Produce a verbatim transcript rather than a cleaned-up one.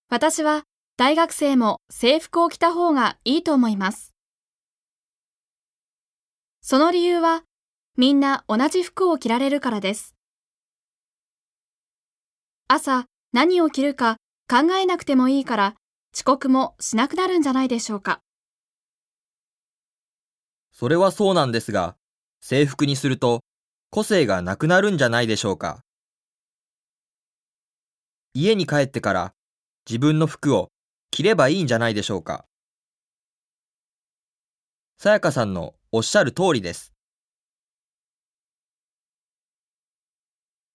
私は大学生も制服を着た方がいいと思います。その理由は、みんな同じ服を着られるからです。朝何を着るか考えなくてもいいから遅刻もしなくなるんじゃないでしょうか。 それはそうなんですが、制服にすると個性がなくなるんじゃないでしょうか。家に帰ってから自分の服を着ればいいんじゃないでしょうか。さやかさんのおっしゃる通りです。